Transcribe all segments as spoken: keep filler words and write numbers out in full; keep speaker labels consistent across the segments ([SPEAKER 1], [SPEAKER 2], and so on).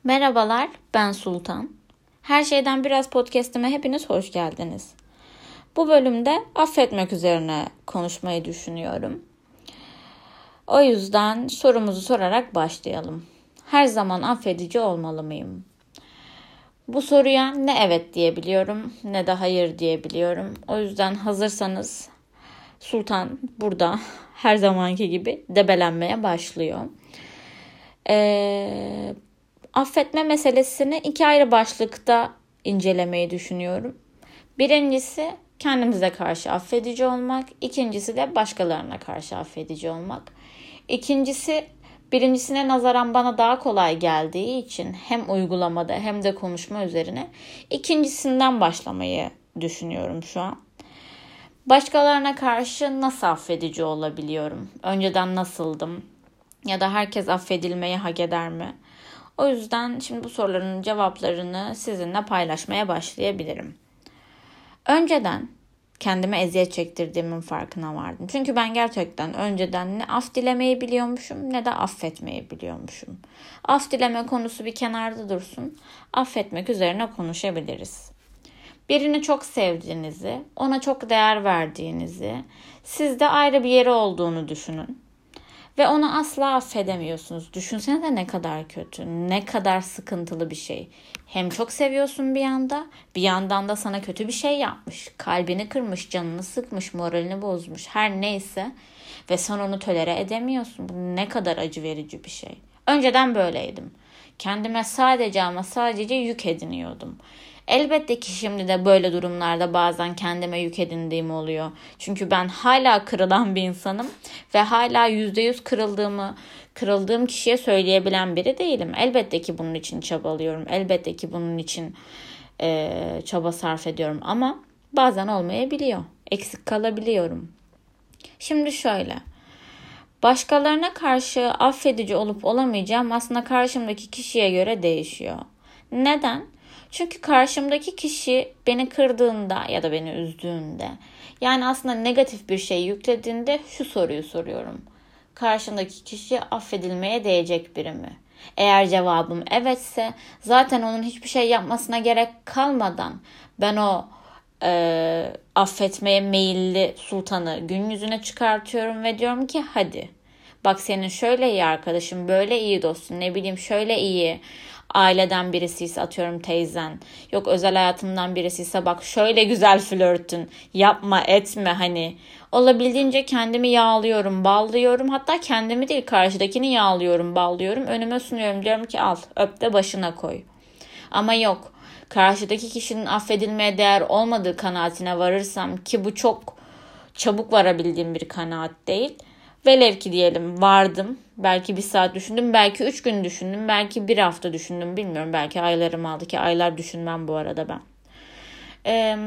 [SPEAKER 1] Merhabalar, ben Sultan. Her şeyden biraz podcast'ime hepiniz hoş geldiniz. Bu bölümde affetmek üzerine konuşmayı düşünüyorum. O yüzden sorumuzu sorarak başlayalım. Her zaman affedici olmalı mıyım? Bu soruya ne evet diyebiliyorum ne de hayır diyebiliyorum. O yüzden hazırsanız Sultan burada her zamanki gibi debelenmeye başlıyor. Eee... Affetme meselesini iki ayrı başlıkta incelemeyi düşünüyorum. Birincisi kendimize karşı affedici olmak, ikincisi de başkalarına karşı affedici olmak. İkincisi birincisine nazaran bana daha kolay geldiği için hem uygulamada hem de konuşma üzerine ikincisinden başlamayı düşünüyorum şu an. Başkalarına karşı nasıl affedici olabiliyorum? Önceden nasıldım? Ya da herkes affedilmeyi hak eder mi? O yüzden şimdi bu soruların cevaplarını sizinle paylaşmaya başlayabilirim. Önceden kendime eziyet çektirdiğimin farkına vardım. Çünkü ben gerçekten önceden ne af dilemeyi biliyormuşum ne de affetmeyi biliyormuşum. Af dileme konusu bir kenarda dursun. Affetmek üzerine konuşabiliriz. Birini çok sevdiğinizi, ona çok değer verdiğinizi, sizde ayrı bir yeri olduğunu düşünün. Ve onu asla affedemiyorsunuz. Düşünsene de ne kadar kötü, ne kadar sıkıntılı bir şey. Hem çok seviyorsun bir yanda, bir yandan da sana kötü bir şey yapmış. Kalbini kırmış, canını sıkmış, moralini bozmuş, her neyse. Ve sen onu tolere edemiyorsun. Bu ne kadar acı verici bir şey. Önceden böyleydim. Kendime sadece ama sadece yük ediniyordum. Elbette ki şimdi de böyle durumlarda bazen kendime yük edindiğim oluyor. Çünkü ben hala kırılan bir insanım ve hala yüzde yüz kırıldığımı, kırıldığım kişiye söyleyebilen biri değilim. Elbette ki bunun için çabalıyorum. Elbette ki bunun için e, çaba sarf ediyorum ama bazen olmayabiliyor. Eksik kalabiliyorum. Şimdi şöyle. Başkalarına karşı affedici olup olamayacağım aslında karşımdaki kişiye göre değişiyor. Neden? Çünkü karşımdaki kişi beni kırdığında ya da beni üzdüğünde, yani aslında negatif bir şey yüklediğinde şu soruyu soruyorum. Karşımdaki kişi affedilmeye değecek biri mi? Eğer cevabım evetse zaten onun hiçbir şey yapmasına gerek kalmadan ben o e, affetmeye meyilli sultanı gün yüzüne çıkartıyorum ve diyorum ki hadi. Bak senin şöyle iyi arkadaşın, böyle iyi dostun, ne bileyim şöyle iyi aileden birisiyse atıyorum teyzen. Yok özel hayatımdan birisiyse bak şöyle güzel flörtün. Yapma etme hani. Olabildiğince kendimi yağlıyorum, ballıyorum. Hatta kendimi değil karşıdakini yağlıyorum, ballıyorum. Önüme sunuyorum diyorum ki al öp de başına koy. Ama yok karşıdaki kişinin affedilmeye değer olmadığı kanaatine varırsam ki bu çok çabuk varabildiğim bir kanaat değil. Velev ki diyelim vardım. Belki bir saat düşündüm. Belki üç gün düşündüm. Belki bir hafta düşündüm. Bilmiyorum. Belki aylarım aldı ki aylar düşünmem bu arada ben. Ee,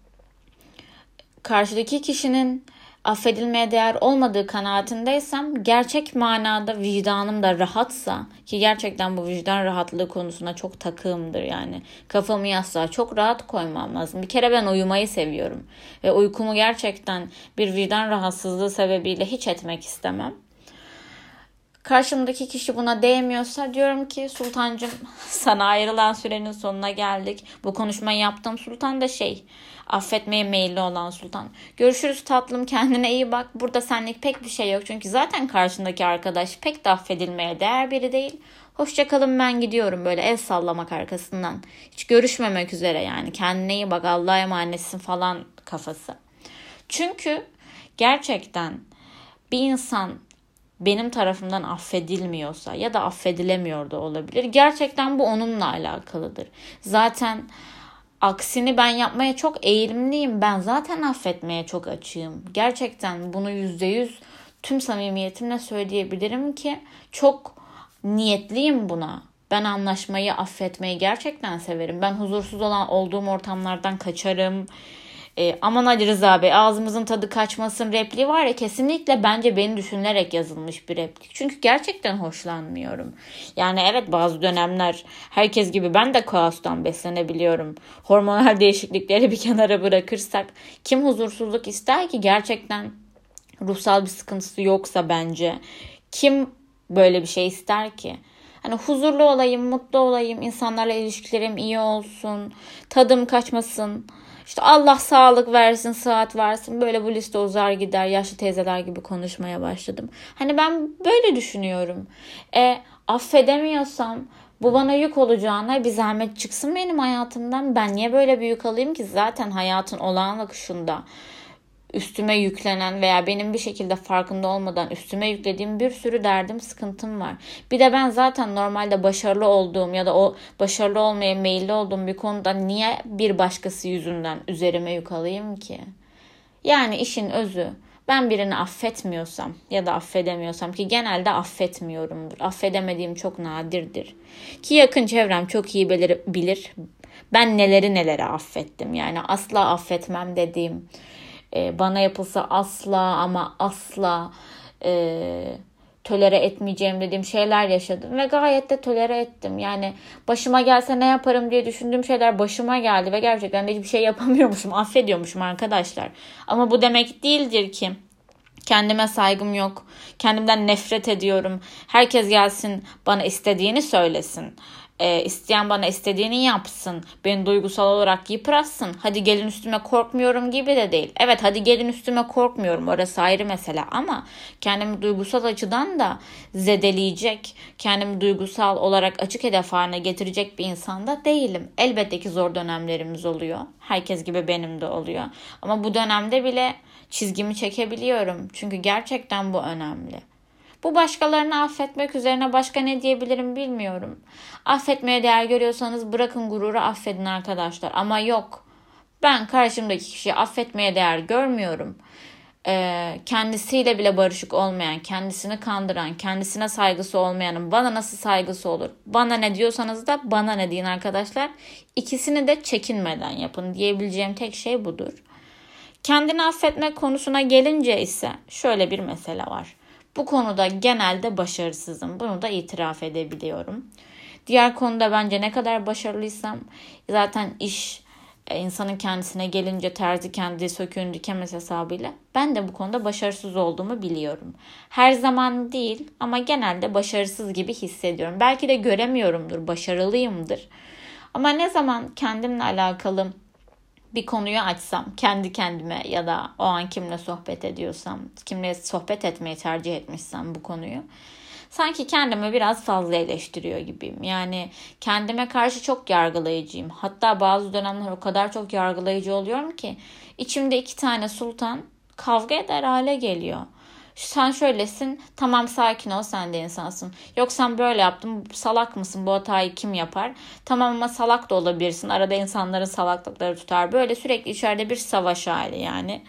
[SPEAKER 1] karşıdaki kişinin affedilmeye değer olmadığı kanaatindeysem gerçek manada vicdanım da rahatsa ki gerçekten bu vicdan rahatlığı konusuna çok takığımdır yani. Kafamı yastığa çok rahat koymam lazım. Bir kere ben uyumayı seviyorum ve uykumu gerçekten bir vicdan rahatsızlığı sebebiyle hiç etmek istemem. Karşımdaki kişi buna değmiyorsa diyorum ki Sultancığım sana ayrılan sürenin sonuna geldik. Bu konuşmayı yaptığım Sultan da şey affetmeye meyilli olan Sultan. Görüşürüz tatlım kendine iyi bak. Burada senlik pek bir şey yok. Çünkü zaten karşındaki arkadaş pek de affedilmeye değer biri değil. Hoşçakalın ben gidiyorum böyle el sallamak arkasından. Hiç görüşmemek üzere yani kendine iyi bak Allah'a emanetsin falan kafası. Çünkü gerçekten bir insan benim tarafımdan affedilmiyorsa ya da affedilemiyor da olabilir. Gerçekten bu onunla alakalıdır. Zaten aksini ben yapmaya çok eğilimliyim. Ben zaten affetmeye çok açığım. Gerçekten bunu yüzde yüz tüm samimiyetimle söyleyebilirim ki çok niyetliyim buna. Ben anlaşmayı, affetmeyi gerçekten severim. Ben huzursuz olan olduğum ortamlardan kaçarım. E, aman Ali Rıza Bey ağzımızın tadı kaçmasın repliği var ya kesinlikle bence beni düşünülerek yazılmış bir replik. Çünkü gerçekten hoşlanmıyorum. Yani evet bazı dönemler herkes gibi ben de kaostan beslenebiliyorum. Hormonal değişiklikleri bir kenara bırakırsak kim huzursuzluk ister ki gerçekten ruhsal bir sıkıntısı yoksa bence kim böyle bir şey ister ki? Hani huzurlu olayım, mutlu olayım, insanlarla ilişkilerim iyi olsun, tadım kaçmasın. İşte Allah sağlık versin, sıhhat versin. Böyle bu liste uzar gider. Yaşlı teyzeler gibi konuşmaya başladım. Hani ben böyle düşünüyorum. E, affedemiyorsam bu bana yük olacağına bir zahmet çıksın benim hayatımdan. Ben niye böyle bir yük alayım ki? Zaten hayatın olağan akışında üstüme yüklenen veya benim bir şekilde farkında olmadan üstüme yüklediğim bir sürü derdim, sıkıntım var. Bir de ben zaten normalde başarılı olduğum ya da o başarılı olmaya meyilli olduğum bir konuda niye bir başkası yüzünden üzerime yük alayım ki? Yani işin özü, ben birini affetmiyorsam ya da affedemiyorsam, ki genelde affetmiyorumdur. Affedemediğim çok nadirdir. Ki yakın çevrem çok iyi bilir, bilir. Ben neleri neleri affettim. Yani asla affetmem dediğim, bana yapılsa asla ama asla e, tolere etmeyeceğim dediğim şeyler yaşadım ve gayet de tolere ettim. Yani başıma gelse ne yaparım diye düşündüğüm şeyler başıma geldi ve gerçekten de hiçbir şey yapamıyormuşum, affediyormuşum arkadaşlar. Ama bu demek değildir ki kendime saygım yok, kendimden nefret ediyorum, herkes gelsin bana istediğini söylesin. E, isteyen bana istediğini yapsın. Beni duygusal olarak yıpratsın. Hadi gelin üstüme korkmuyorum gibi de değil. Evet, hadi gelin üstüme korkmuyorum. Orası ayrı mesele ama kendimi duygusal açıdan da zedeleyecek, kendimi duygusal olarak açık hedef haline getirecek bir insan da değilim. Elbette ki zor dönemlerimiz oluyor. Herkes gibi benim de oluyor. Ama bu dönemde bile çizgimi çekebiliyorum. Çünkü gerçekten bu önemli. Bu başkalarını affetmek üzerine başka ne diyebilirim bilmiyorum. Affetmeye değer görüyorsanız bırakın gururu, affedin arkadaşlar. Ama yok, ben karşımdaki kişiyi affetmeye değer görmüyorum. Ee, kendisiyle bile barışık olmayan, kendisini kandıran, kendisine saygısı olmayanın bana nasıl saygısı olur? Bana ne diyorsanız da bana ne deyin arkadaşlar. İkisini de çekinmeden yapın diyebileceğim tek şey budur. Kendini affetme konusuna gelince ise şöyle bir mesele var. Bu konuda genelde başarısızım. Bunu da itiraf edebiliyorum. Diğer konuda bence ne kadar başarılıysam, zaten iş insanın kendisine gelince terzi kendi söküğünü dikemez hesabıyla, ben de bu konuda başarısız olduğumu biliyorum. Her zaman değil ama genelde başarısız gibi hissediyorum. Belki de göremiyorumdur, başarılıyımdır. Ama ne zaman kendimle alakalı bir konuyu açsam, kendi kendime ya da o an kimle sohbet ediyorsam, kimle sohbet etmeyi tercih etmişsem bu konuyu, sanki kendimi biraz fazla eleştiriyor gibiyim. Yani kendime karşı çok yargılayıcıyım. Hatta bazı dönemler o kadar çok yargılayıcı oluyorum ki içimde iki tane sultan kavga eder hale geliyor. Sen şöylesin, tamam sakin ol, sen de insansın. Yok sen böyle yaptın, salak mısın, bu hatayı kim yapar? Tamam ama salak da olabilirsin, arada insanların salaklıkları tutar. Böyle sürekli içeride bir savaş hali yani.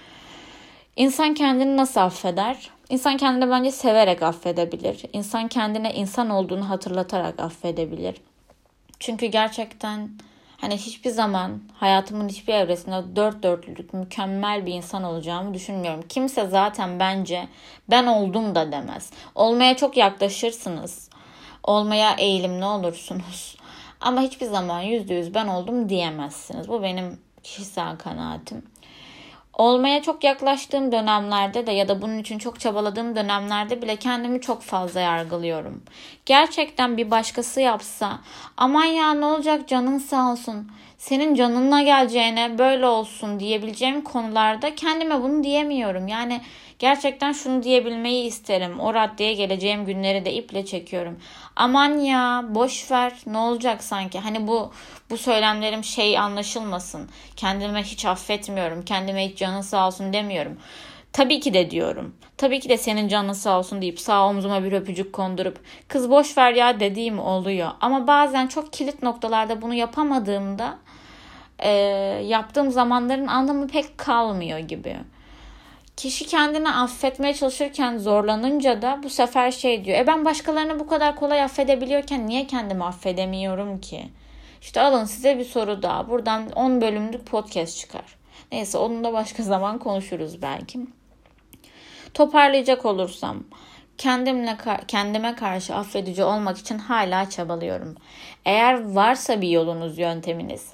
[SPEAKER 1] İnsan kendini nasıl affeder? İnsan kendini bence severek affedebilir. İnsan kendine insan olduğunu hatırlatarak affedebilir. Çünkü gerçekten hani hiçbir zaman hayatımın hiçbir evresinde dört dörtlük mükemmel bir insan olacağımı düşünmüyorum. Kimse zaten bence ben oldum da demez. Olmaya çok yaklaşırsınız. Olmaya eğilimli olursunuz. Ama hiçbir zaman yüzde yüz ben oldum diyemezsiniz. Bu benim kişisel kanaatim. Olmaya çok yaklaştığım dönemlerde de ya da bunun için çok çabaladığım dönemlerde bile kendimi çok fazla yargılıyorum. Gerçekten bir başkası yapsa, aman ya ne olacak, canın sağ olsun, senin canınla geleceğine böyle olsun diyebileceğim konularda kendime bunu diyemiyorum. Yani gerçekten şunu diyebilmeyi isterim. O raddeye geleceğim günleri de iple çekiyorum. Aman ya boş ver, ne olacak sanki. Hani bu bu söylemlerim şey anlaşılmasın. Kendime hiç affetmiyorum. Kendime hiç canın sağ olsun demiyorum. Tabii ki de diyorum. Tabii ki de senin canın sağ olsun deyip sağ omzuma bir öpücük kondurup kız boş ver ya dediğim oluyor. Ama bazen çok kilit noktalarda bunu yapamadığımda e, yaptığım zamanların anlamı pek kalmıyor gibi. Kişi kendini affetmeye çalışırken zorlanınca da bu sefer şey diyor. E ben başkalarını bu kadar kolay affedebiliyorken niye kendimi affedemiyorum ki? İşte alın size bir soru daha. Buradan on bölümlük podcast çıkar. Neyse onu da başka zaman konuşuruz belki. Toparlayacak olursam, kendimle kendime karşı affedici olmak için hala çabalıyorum. Eğer varsa bir yolunuz, yönteminiz,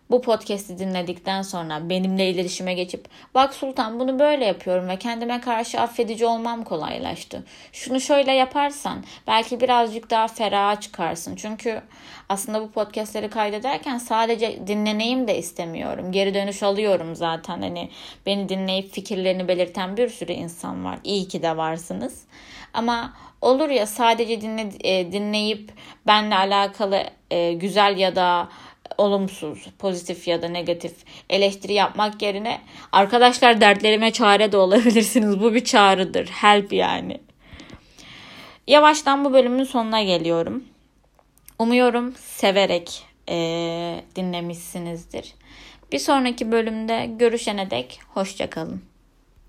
[SPEAKER 1] bu podcast'i dinledikten sonra benimle iletişime geçip bak Sultan bunu böyle yapıyorum ve kendime karşı affedici olmam kolaylaştı. Şunu şöyle yaparsan belki birazcık daha feraha çıkarsın. Çünkü aslında bu podcast'leri kaydederken sadece dinleneyim de istemiyorum. Geri dönüş alıyorum zaten. Hani beni dinleyip fikirlerini belirten bir sürü insan var. İyi ki de varsınız. Ama olur ya sadece dinle, e, dinleyip benimle alakalı e, güzel ya da olumsuz, pozitif ya da negatif eleştiri yapmak yerine arkadaşlar dertlerime çare de olabilirsiniz. Bu bir çağrıdır. Help yani. Yavaştan bu bölümün sonuna geliyorum. Umuyorum severek e, dinlemişsinizdir. Bir sonraki bölümde görüşene dek hoşça kalın.